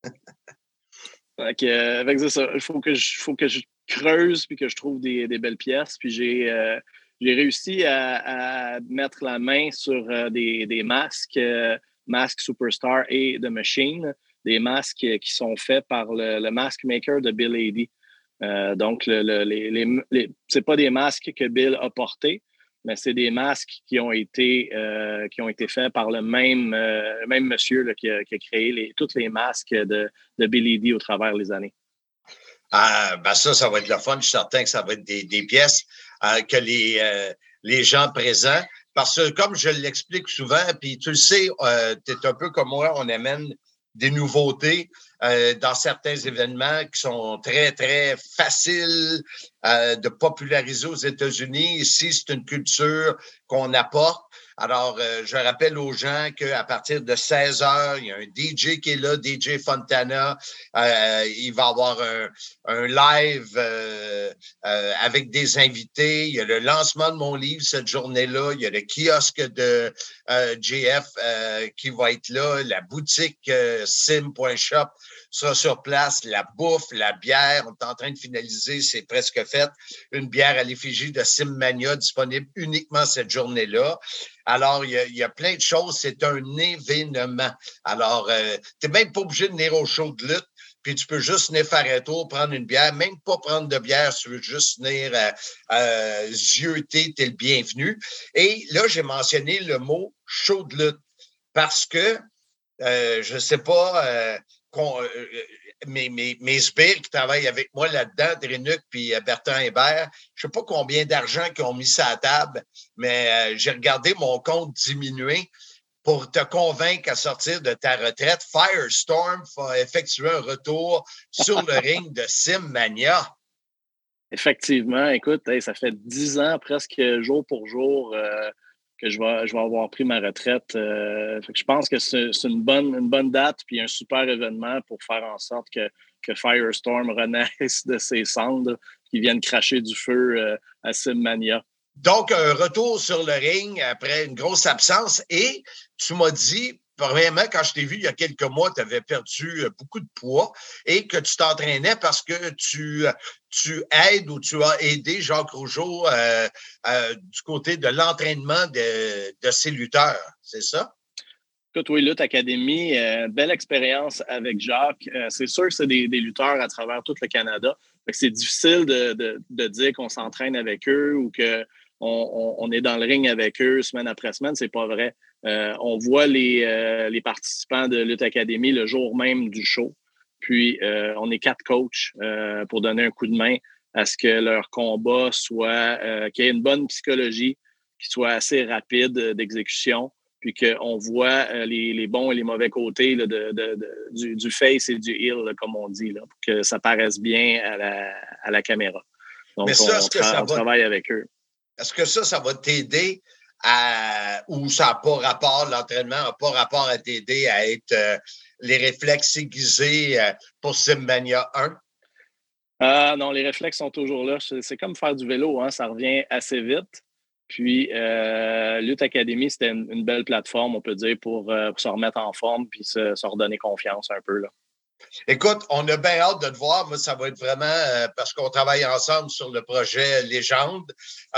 Avec ça, il faut que je creuse puis que je trouve des belles pièces. Puis j'ai réussi à mettre la main sur des masques, Mask Superstar et The Machine, des masques qui sont faits par le mask maker de Bill Eadie. Donc, c'est pas des masques que Bill a portés, mais c'est des masques qui ont été faits par le même monsieur là, qui a créé tous les masques de Bill Eadie au travers les années. Ben ça va être le fun. Je suis certain que ça va être des pièces que les gens présents, parce que comme je l'explique souvent, puis tu le sais, tu es un peu comme moi, on amène des nouveautés dans certains événements qui sont très, très faciles de populariser aux États-Unis. Ici, c'est une culture qu'on apporte. Alors, je rappelle aux gens qu'à partir de 16 heures, il y a un DJ qui est là, DJ Fontana. Il va y avoir un live avec des invités. Il y a le lancement de mon livre cette journée-là. Il y a le kiosque de JF qui va être là. La boutique sim.shop sera sur place. La bouffe, la bière. On est en train de finaliser, c'est presque fait. Une bière à l'effigie de Simmania disponible uniquement cette journée-là. Alors, il y a plein de choses. C'est un événement. Alors, tu n'es même pas obligé de venir au show de lutte, puis tu peux juste venir faire un tour, prendre une bière, même pas prendre de bière, si tu veux juste venir zioter, tu es le bienvenu. Et là, j'ai mentionné le mot show de lutte parce que, je ne sais pas, mes sbires qui travaillent avec moi là-dedans, Drénuc puis Bertrand Hébert, je ne sais pas combien d'argent qu'ils ont mis ça à table, mais j'ai regardé mon compte diminuer pour te convaincre à sortir de ta retraite. Firestorm va effectuer un retour sur le ring de Simmania. Effectivement, écoute, ça fait 10 ans presque jour pour jour que je vais avoir pris ma retraite. Fait que je pense que c'est une bonne date puis un super événement pour faire en sorte que Firestorm renaisse de ses cendres, qu'ils viennent cracher du feu à Simmania. Donc, un retour sur le ring après une grosse absence. Et tu m'as dit, premièrement, quand je t'ai vu il y a quelques mois, tu avais perdu beaucoup de poids et que tu t'entraînais parce que tu aides ou tu as aidé Jacques Rougeau du côté de l'entraînement de ses lutteurs. C'est ça? Écoute, oui, Lutte Academy, belle expérience avec Jacques. C'est sûr que c'est des lutteurs à travers tout le Canada. Fait que c'est difficile de dire qu'on s'entraîne avec eux ou qu'on est dans le ring avec eux semaine après semaine. C'est pas vrai. On voit les participants de Lutte Academy le jour même du show. Puis, on est 4 coachs pour donner un coup de main à ce que leur combat soit, qu'il y ait une bonne psychologie, qu'il soit assez rapide d'exécution, puis qu'on voit les bons et les mauvais côtés là, du face et du heel, là, comme on dit, là, pour que ça paraisse bien à la caméra. Donc, mais ça, on travaille avec eux. Est-ce que ça va t'aider ou ça n'a pas rapport, l'entraînement n'a pas rapport à t'aider à être les réflexes aiguisés pour Simmania 1? Non, les réflexes sont toujours là. C'est comme faire du vélo, hein, ça revient assez vite. Puis, Lutte Academy, c'était une belle plateforme, on peut dire, pour se remettre en forme puis se redonner confiance un peu, là. Écoute, on a bien hâte de te voir. Moi, ça va être vraiment parce qu'on travaille ensemble sur le projet Légende.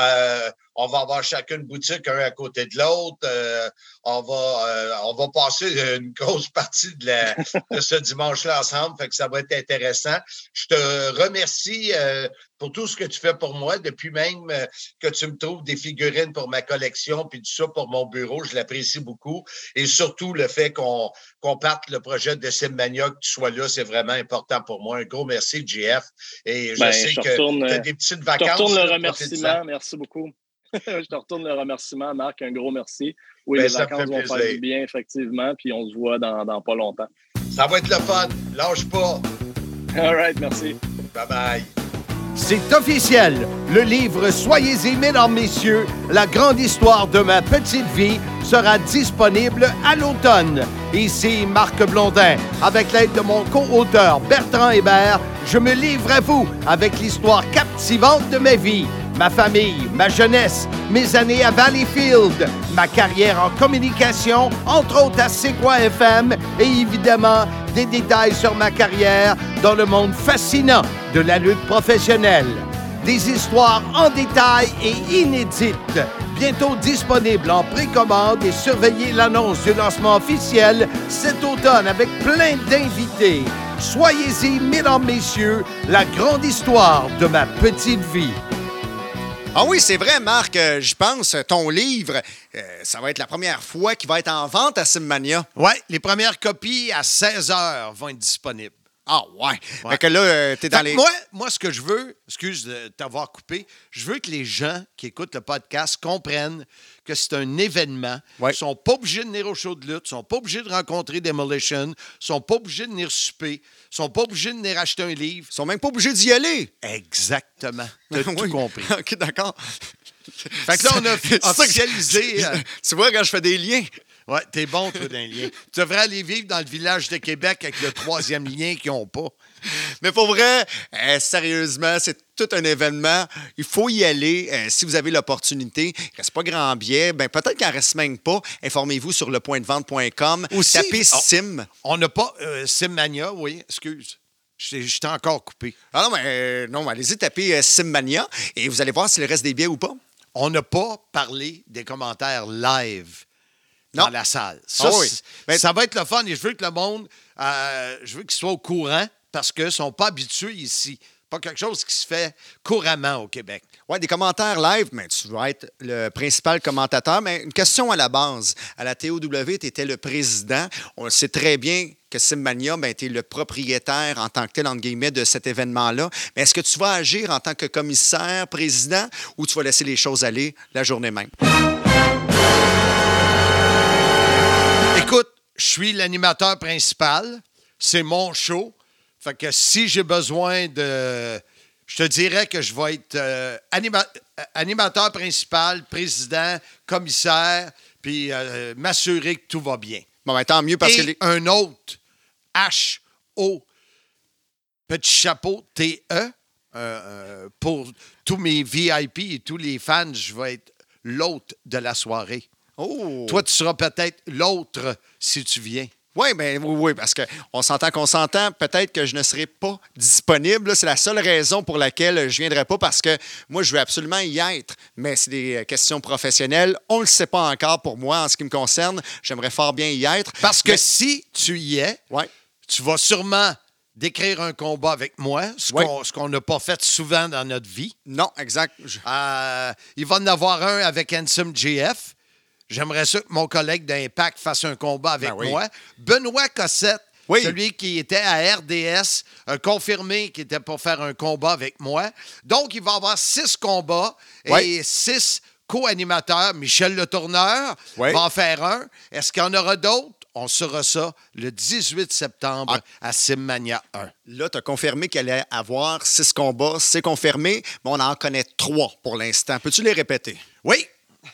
On va avoir chacune boutique, un à côté de l'autre. On va passer une grosse partie de ce dimanche-là ensemble. Fait que ça va être intéressant. Je te remercie pour tout ce que tu fais pour moi, depuis même que tu me trouves des figurines pour ma collection puis tout ça pour mon bureau. Je l'apprécie beaucoup. Et surtout, le fait qu'on parte le projet de Simmania, que tu sois là, c'est vraiment important pour moi. Un gros merci, JF. Et je sais que tu as des petites vacances. Je te retourne le remerciement. Merci beaucoup. Je te retourne le remerciement, Marc. Un gros merci. Oui, les vacances vont faire du bien, effectivement, puis on se voit dans pas longtemps. Ça va être le fun. Lâche pas. All right, merci. Bye-bye. C'est officiel. Le livre Soyez-y, mesdames, messieurs, la grande histoire de ma petite vie sera disponible à l'automne. Ici Marc Blondin. Avec l'aide de mon co-auteur Bertrand Hébert, je me livre à vous avec l'histoire captivante de ma vie. Ma famille, ma jeunesse, mes années à Valleyfield, ma carrière en communication, entre autres à C'est quoi FM, et évidemment des détails sur ma carrière dans le monde fascinant de la lutte professionnelle. Des histoires en détail et inédites, bientôt disponibles en précommande et surveillez l'annonce du lancement officiel cet automne avec plein d'invités. Soyez-y, mesdames, messieurs, la grande histoire de ma petite vie. Ah oui, c'est vrai, Marc, j'y pense. Ton livre, ça va être la première fois qu'il va être en vente à Simmania. Oui, les premières copies à 16h vont être disponibles. Ah ouais. Fait que là, t'es dans les... Moi, ce que je veux, excuse de t'avoir coupé, je veux que les gens qui écoutent le podcast comprennent que c'est un événement. Ils ne sont pas obligés de venir au show de lutte, ils ne sont pas obligés de rencontrer Demolition, ils ne sont pas obligés de venir souper, ils ne sont pas obligés de venir acheter un livre. Ils sont même pas obligés d'y aller. Exactement. T'as tout compris. OK, d'accord. Fait que là, on a officialisé... Tu vois, quand je fais des liens... Ouais, t'es bon, toi, d'un lien. Tu devrais aller vivre dans le village de Québec avec le 3e lien qu'ils n'ont pas. Mais pour vrai, sérieusement, c'est tout un événement. Il faut y aller si vous avez l'opportunité. Il ne reste pas grand billet. Ben, peut-être qu'il n'en reste même pas. Informez-vous sur lepointdevente.com. Aussi, tapez Sim. On n'a pas Simmania, oui, excuse. Je t'ai encore coupé. Ah non, allez-y, tapez Simmania et vous allez voir si le reste des billets ou pas. On n'a pas parlé des commentaires live. Dans la salle. Ça, ça va être le fun et je veux que le monde, je veux qu'ils soient au courant parce qu'ils ne sont pas habitués ici. Pas quelque chose qui se fait couramment au Québec. Oui, des commentaires live, mais tu vas être le principal commentateur. Mais une question à la base. À la TOW, tu étais le président. On sait très bien que Simmania, tu es le propriétaire en tant que tel, entre guillemets, de cet événement-là. Mais est-ce que tu vas agir en tant que commissaire, président, ou tu vas laisser les choses aller la journée même? Écoute, je suis l'animateur principal. C'est mon show. Fait que si j'ai besoin de... Je te dirais que je vais être animateur principal, président, commissaire, puis m'assurer que tout va bien. Bon, ben, tant mieux parce que... un autre, H-O, petit chapeau, T-E, pour tous mes VIP et tous les fans, je vais être l'hôte de la soirée. Oh! Toi, tu seras peut-être l'autre si tu viens. Oui, parce qu'on s'entend. Peut-être que je ne serai pas disponible. Là. C'est la seule raison pour laquelle je ne viendrai pas, parce que moi, je veux absolument y être. Mais c'est des questions professionnelles. On ne le sait pas encore pour moi en ce qui me concerne. J'aimerais fort bien y être. Parce que si tu y es, tu vas sûrement décrire un combat avec moi, ce qu'on n'a pas fait souvent dans notre vie. Non, exact. Il va en avoir un avec Handsome GF. J'aimerais ça que mon collègue d'Impact fasse un combat avec moi. Benoît Cossette, celui qui était à RDS, a confirmé qu'il était pour faire un combat avec moi. Donc, il va y avoir 6 combats et 6 co-animateurs. Michel Le Tourneur va en faire un. Est-ce qu'il y en aura d'autres? On saura ça le 18 septembre à Simmania 1. Là, tu as confirmé qu'il allait avoir 6 combats. C'est confirmé, mais on en connaît 3 pour l'instant. Peux-tu les répéter? Oui.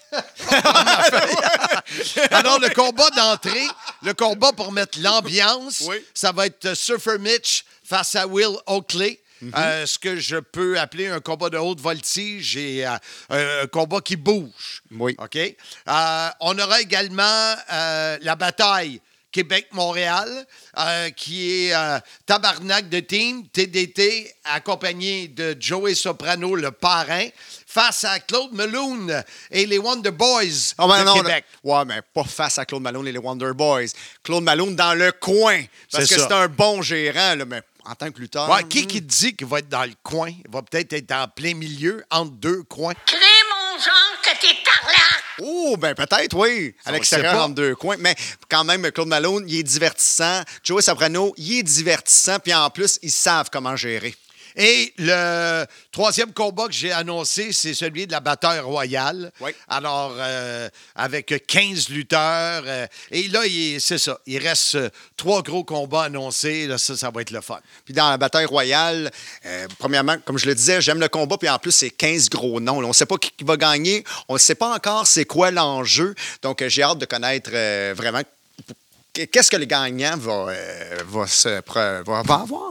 Alors, le combat d'entrée, le combat pour mettre l'ambiance, ça va être Surfer Mitch face à Will Oakley. Ce que je peux appeler un combat de haute voltige et un combat qui bouge. Oui. OK? On aura également la bataille Québec-Montréal, qui est Tabarnak de Team, TDT, accompagné de Joey Soprano, le parrain, face à Claude Malone et les Wonder Boys de Québec. Mais pas face à Claude Malone et les Wonder Boys. Claude Malone dans le coin, parce que c'est un bon gérant, là, mais en tant que lutteur... Qui te dit qu'il va être dans le coin? Il va peut-être être en plein milieu, entre 2 coins. Crée mon genre que t'es tarlac! Oh, peut-être, oui. À l'extérieur, entre 2 coins. Mais quand même, Claude Malone, il est divertissant. Joey Soprano, il est divertissant. Puis en plus, ils savent comment gérer. Et le 3e combat que j'ai annoncé, c'est celui de la bataille royale. Oui. Alors, avec 15 lutteurs. Et là, c'est ça. Il reste 3 gros combats annoncés. Là, ça va être le fun. Puis dans la bataille royale, premièrement, comme je le disais, j'aime le combat. Puis en plus, c'est 15 gros noms. On ne sait pas qui va gagner. On ne sait pas encore c'est quoi l'enjeu. Donc, j'ai hâte de connaître vraiment... Qu'est-ce que le gagnant va avoir?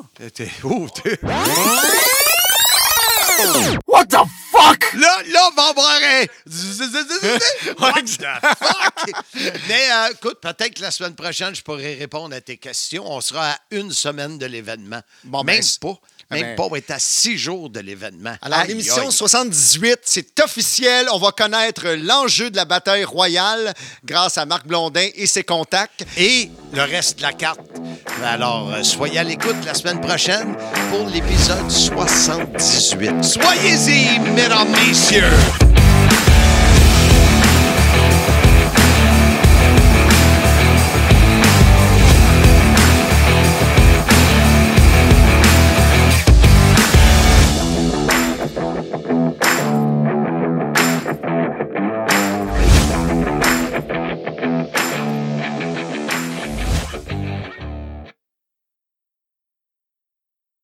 What the fuck? Là, m'embrasser! What the fuck? Mais écoute, peut-être que la semaine prochaine, je pourrai répondre à tes questions. On sera à 1 semaine de l'événement. Même pas. On va être à 6 jours de l'événement. Alors, l'émission 78, c'est officiel. On va connaître l'enjeu de la bataille royale grâce à Marc Blondin et ses contacts. Et le reste de la carte. Alors, soyez à l'écoute la semaine prochaine pour l'épisode 78. Soyez-y, mesdames, messieurs!